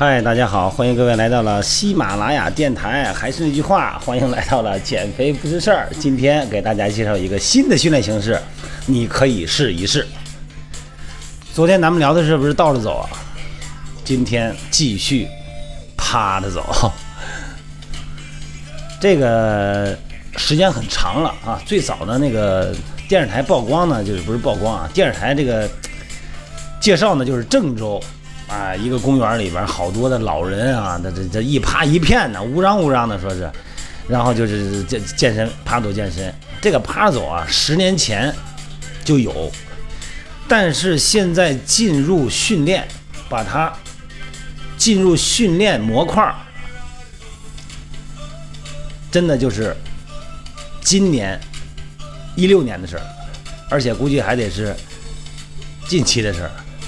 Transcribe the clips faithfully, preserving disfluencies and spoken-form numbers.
嗨，大家好，欢迎各位来到了喜马拉雅电台。还是那句话，欢迎来到了减肥不是事儿。今天给大家介绍一个新的训练形式，你可以试一试。昨天咱们聊的是不是倒着走啊？今天继续趴着走。这个时间很长了啊。最早的那个电视台曝光呢，就是不是曝光啊？电视台这个介绍呢，就是郑州。啊，一个公园里边好多的老人啊，这这这一趴一片呢，乌嚷乌嚷的说是，然后就是健健身，趴走健身。这个趴走啊，十年前就有，但是现在进入训练，把它进入训练模块，真的就是今年一六年的事儿，而且估计还得是近期的事儿。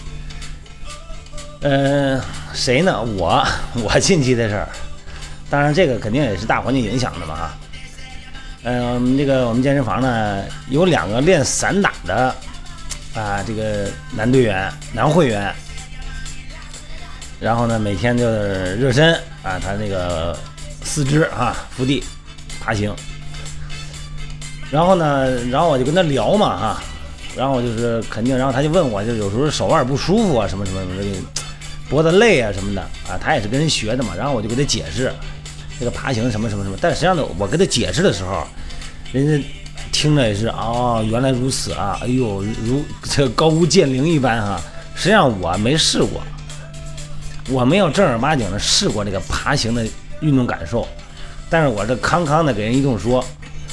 嗯、呃，谁呢？我我近期的事儿，当然这个肯定也是大环境影响的嘛哈。嗯、呃，这个我们健身房呢有两个练散打的啊，这个男队员、男会员，然后呢每天就是热身啊，他那个四肢啊伏地爬行，然后呢，然后我就跟他聊嘛哈，然后就是肯定，然后他就问我，就有时候手腕不舒服啊，什么什么什么这个。脖子累啊什么的啊，他也是跟人学的嘛，然后我就给他解释这个爬行什么什么什么，但实际上呢，我跟他解释的时候，人家听着也是哦，原来如此啊，哎呦，如这高屋建瓴一般啊。实际上我没试过，我没有正儿八经的试过这个爬行的运动感受，但是我这康康的给人一通说，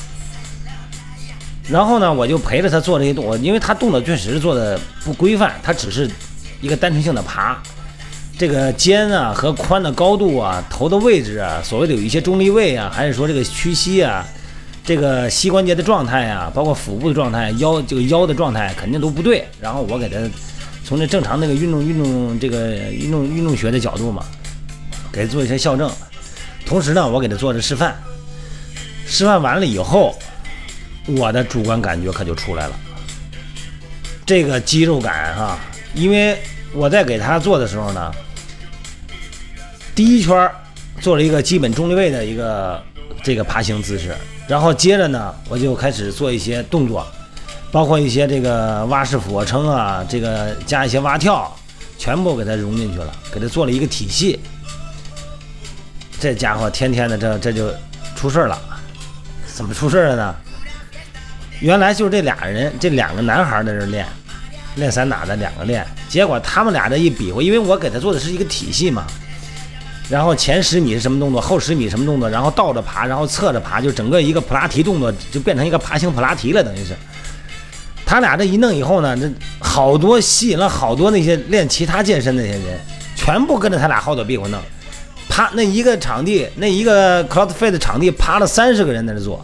然后呢，我就陪着他做这些动作，因为他动作确实是做的不规范，他只是一个单纯性的爬。这个肩啊和髋的高度啊，头的位置啊，所谓的有一些中立位啊，还是说这个屈膝啊，这个膝关节的状态啊，包括腹部的状态，腰这个腰的状态肯定都不对。然后我给他从这正常那个运动运动这个运动运动学的角度嘛，给他做一些校正。同时呢，我给他做着示范。示范完了以后，我的主观感觉可就出来了。这个肌肉感哈、啊，因为我在给他做的时候呢。第一圈做了一个基本中立位的一个这个爬行姿势，然后接着呢，我就开始做一些动作，包括一些这个蛙式俯卧撑啊，这个加一些蛙跳，全部给它融进去了，给它做了一个体系。这家伙天天的这这就出事了，怎么出事了呢？原来就是这俩人，这两个男孩在这练，练散打的两个练，结果他们俩这一比划，因为我给他做的是一个体系嘛。然后前十米是什么动作，后十米什么动作，然后倒着爬，然后侧着爬，就整个一个普拉提动作就变成一个爬行普拉提了，等于是。他俩这一弄以后呢，这好多吸引了好多那些练其他健身的那些人，全部跟着他俩好左屁股弄，爬那一个场地，那一个 CrossFit 的场地爬了三十个人在这做。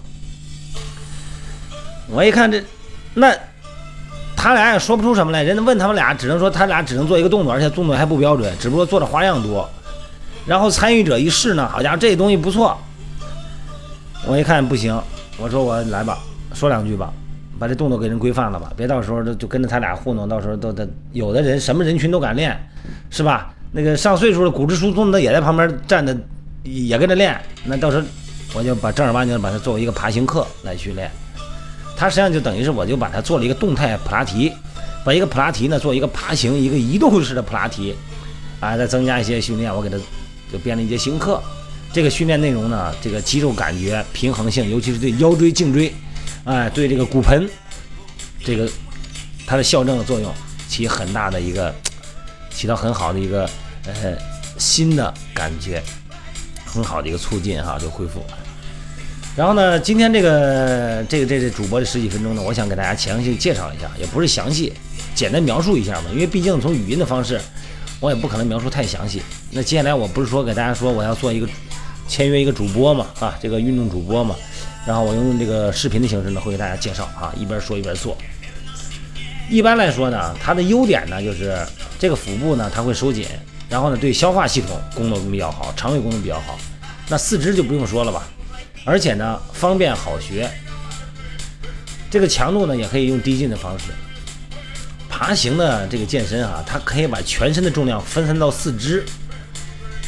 我一看这，那他俩也说不出什么来，人家问他们俩，只能说他俩只能做一个动作，而且动作还不标准，只不过做的花样多。然后参与者一试呢，好家伙，这东西不错。我一看不行，我说我来吧，说两句吧，把这动作给人规范了吧，别到时候就跟着他俩糊弄，到时候都都有的人什么人群都敢练，是吧？那个上岁数的骨质疏松的也在旁边站着，也跟着练，那到时候我就把正儿八经把它作为一个爬行课来训练。它实际上就等于是我就把它做了一个动态普拉提，把一个普拉提呢做一个爬行，一个移动式的普拉提，啊，再增加一些训练，我给它。就编了一节新课，这个训练内容呢，这个肌肉感觉、平衡性，尤其是对腰椎、颈椎，哎，对这个骨盆，这个它的校正的作用起很大的一个，起到很好的一个呃新的感觉，很好的一个促进哈，就恢复。然后呢，今天这个这个这这主播的十几分钟呢，我想给大家详细介绍一下，也不是详细，简单描述一下嘛，因为毕竟从语音的方式。我也不可能描述太详细。那接下来我不是说给大家说我要做一个签约一个主播嘛，啊，这个运动主播嘛，然后我用这个视频的形式呢会给大家介绍啊，一边说一边做。一般来说呢，它的优点呢就是这个腹部呢它会收紧，然后呢对消化系统功能比较好，肠胃功能比较好。那四肢就不用说了吧，而且呢方便好学。这个强度呢也可以用递进的方式。爬行的这个健身啊，它可以把全身的重量分散到四肢，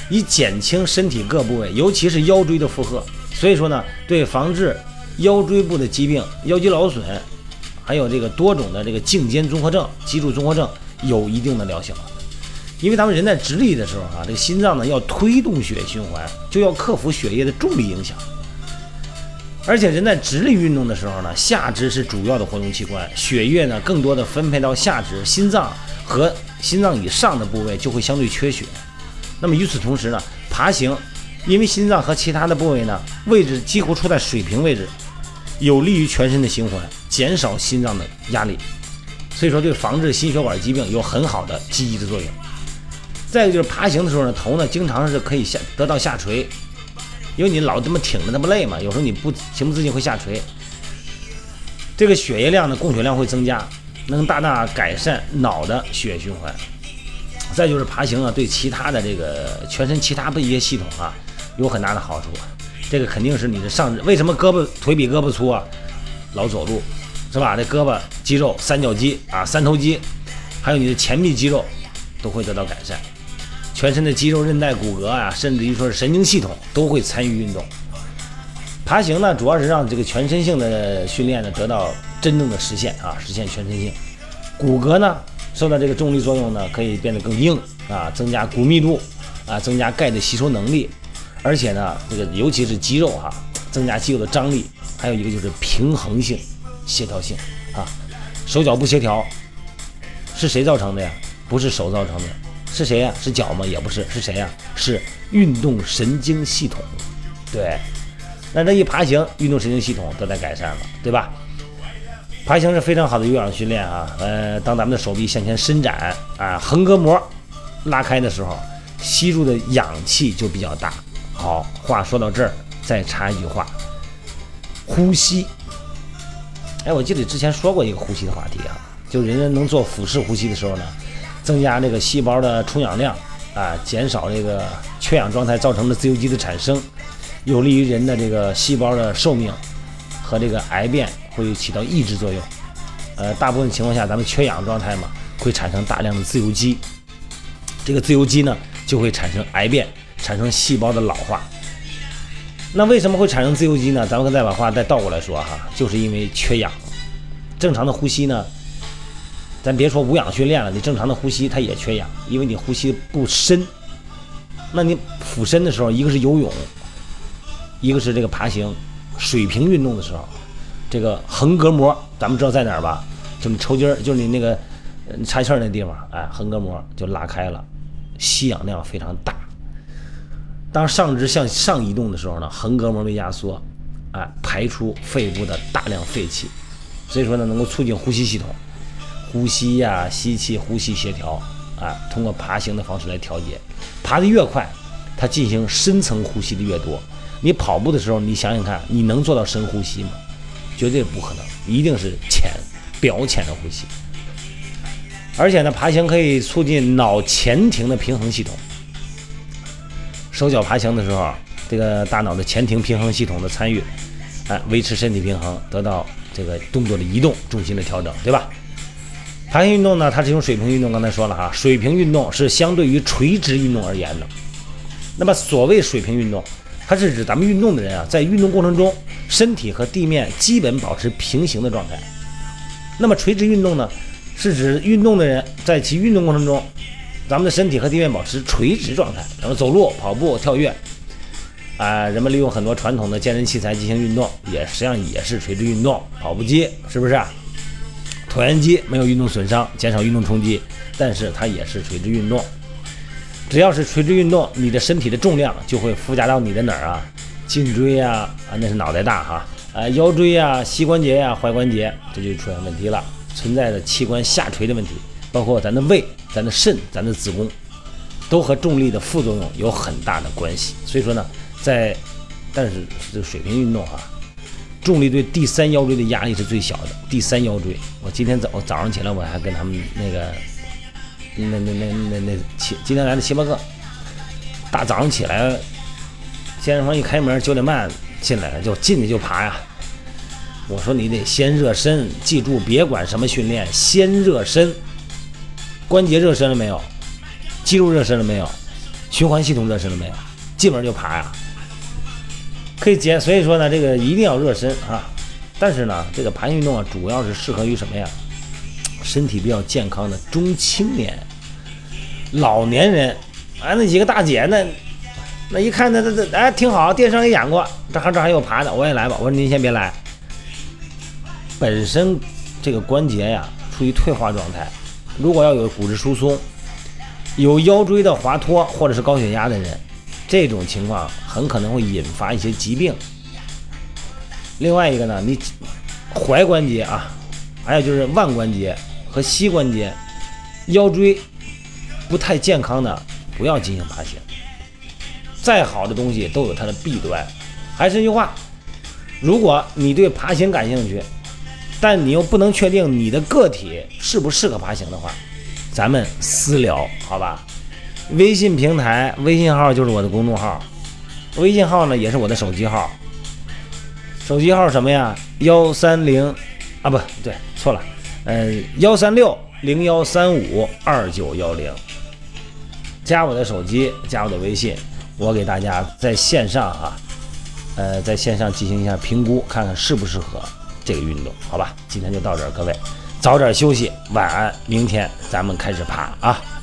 以减轻身体各部位，尤其是腰椎的负荷。所以说呢，对防治腰椎部的疾病、腰肌劳损，还有这个多种的这个颈肩综合症、脊柱综合症有一定的疗效。因为咱们人在直立的时候啊，这个心脏呢要推动血液循环，就要克服血液的重力影响。而且人在直立运动的时候呢，下肢是主要的活动器官，血液呢更多的分配到下肢，心脏和心脏以上的部位就会相对缺血。那么与此同时呢，爬行，因为心脏和其他的部位呢位置几乎处在水平位置，有利于全身的循环，减少心脏的压力，所以说对防治心血管疾病有很好的积极的作用。再一个就是爬行的时候呢，头呢经常是可以下得到下垂，因为你老这么挺着，那么累嘛，有时候你不情不自禁会下垂。这个血液量呢，供血量会增加，能大大改善脑的血液循环。再就是爬行啊，对其他的这个全身其他的一些系统啊，有很大的好处。这个肯定是你的上肢，为什么胳膊腿比胳膊粗啊？老走路是吧？这胳膊肌肉、三角肌啊、三头肌，还有你的前臂肌肉都会得到改善。全身的肌肉、韧带、骨骼啊，甚至于说是神经系统都会参与运动。爬行呢，主要是让这个全身性的训练呢得到真正的实现啊，实现全身性。骨骼呢受到这个重力作用呢，可以变得更硬啊，增加骨密度啊，增加钙的吸收能力。而且呢，这个尤其是肌肉哈、啊，增加肌肉的张力。还有一个就是平衡性、协调性啊，手脚不协调是谁造成的呀？不是手造成的。是谁呀？是脚吗？也不是。是谁呀？是运动神经系统。对，那这一爬行，运动神经系统得到改善了，对吧？爬行是非常好的有氧训练啊。呃，当咱们的手臂向前伸展啊，横膈膜拉开的时候，吸入的氧气就比较大。好，话说到这儿，再插一句话，呼吸。哎，我记得之前说过一个呼吸的话题啊，就人人能做腹式呼吸的时候呢，增加这个细胞的充氧量啊，减少这个缺氧状态造成的自由基的产生，有利于人的这个细胞的寿命和这个癌变会起到抑制作用。呃，大部分情况下咱们缺氧状态嘛，会产生大量的自由基，这个自由基呢就会产生癌变，产生细胞的老化。那为什么会产生自由基呢？咱们再把话再倒过来说哈，就是因为缺氧。正常的呼吸呢，咱别说无氧训练了，你正常的呼吸它也缺氧，因为你呼吸不深。那你俯身的时候，一个是游泳，一个是这个爬行，水平运动的时候，这个横膈膜咱们知道在哪儿吧？就你抽筋儿，就是你那个插气儿那地方，哎，横膈膜就拉开了，吸氧量非常大。当上肢向上移动的时候呢，横膈膜被压缩，哎，排出肺部的大量废气，所以说呢，能够促进呼吸系统。呼吸呀、啊，吸气、呼吸协调啊，通过爬行的方式来调节。爬得越快，它进行深层呼吸的越多。你跑步的时候，你想想看，你能做到深呼吸吗？绝对不可能，一定是浅、表浅的呼吸。而且呢，爬行可以促进脑前庭的平衡系统。手脚爬行的时候，这个大脑的前庭平衡系统的参与，哎，维持身体平衡，得到这个动作的移动、重心的调整，对吧？爬行运动呢，它是一种水平运动，刚才说了哈，水平运动是相对于垂直运动而言的。那么所谓水平运动，它是指咱们运动的人啊，在运动过程中，身体和地面基本保持平行的状态。那么垂直运动呢，是指运动的人在其运动过程中，咱们的身体和地面保持垂直状态，然后走路、跑步、跳跃，啊、呃，人们利用很多传统的健身器材进行运动，也实际上也是垂直运动。跑步机是不是？椭圆机没有运动损伤，减少运动冲击，但是它也是垂直运动。只要是垂直运动，你的身体的重量就会附加到你的哪儿啊？颈椎呀、啊，啊那是脑袋大哈，啊、呃、腰椎呀、啊、膝关节呀、啊、踝关节，这就出现问题了，存在的器官下垂的问题，包括咱的胃、咱的肾、咱的子宫，都和重力的副作用有很大的关系。所以说呢，在但是这个水平运动啊，重力对第三腰椎的压力是最小的。第三腰椎，我今天早早上起来，我还跟他们那个那那那那那七今天来的七八个，大早上起来，健身房一开门九点半进来了，就进去就爬呀。我说你得先热身，记住别管什么训练，先热身。关节热身了没有？肌肉热身了没有？ 循环系统热身了没有？进门就爬呀，可以减。所以说呢，这个一定要热身啊。但是呢，这个爬行运动啊，主要是适合于什么呀？身体比较健康的中青年、老年人。哎，那几个大姐那那一看那那那哎挺好，电视上也演过，这还这还有爬的，我也来吧。我说您先别来。本身这个关节呀处于退化状态，如果要有骨质疏松、有腰椎的滑脱或者是高血压的人，这种情况很可能会引发一些疾病。另外一个呢，你踝关节啊，还有就是腕关节和膝关节、腰椎不太健康的，不要进行爬行。再好的东西都有它的弊端。还是那句话，如果你对爬行感兴趣，但你又不能确定你的个体适不适合爬行的话，咱们私聊好吧？微信平台微信号就是我的公众号，微信号呢也是我的手机号。手机号什么呀？幺三零啊，不对，错了，呃，幺三六零幺三五二九幺零。加我的手机，加我的微信，我给大家在线上啊，呃，在线上进行一下评估，看看适不适合这个运动，好吧？今天就到这儿，各位早点休息，晚安，明天咱们开始爬啊。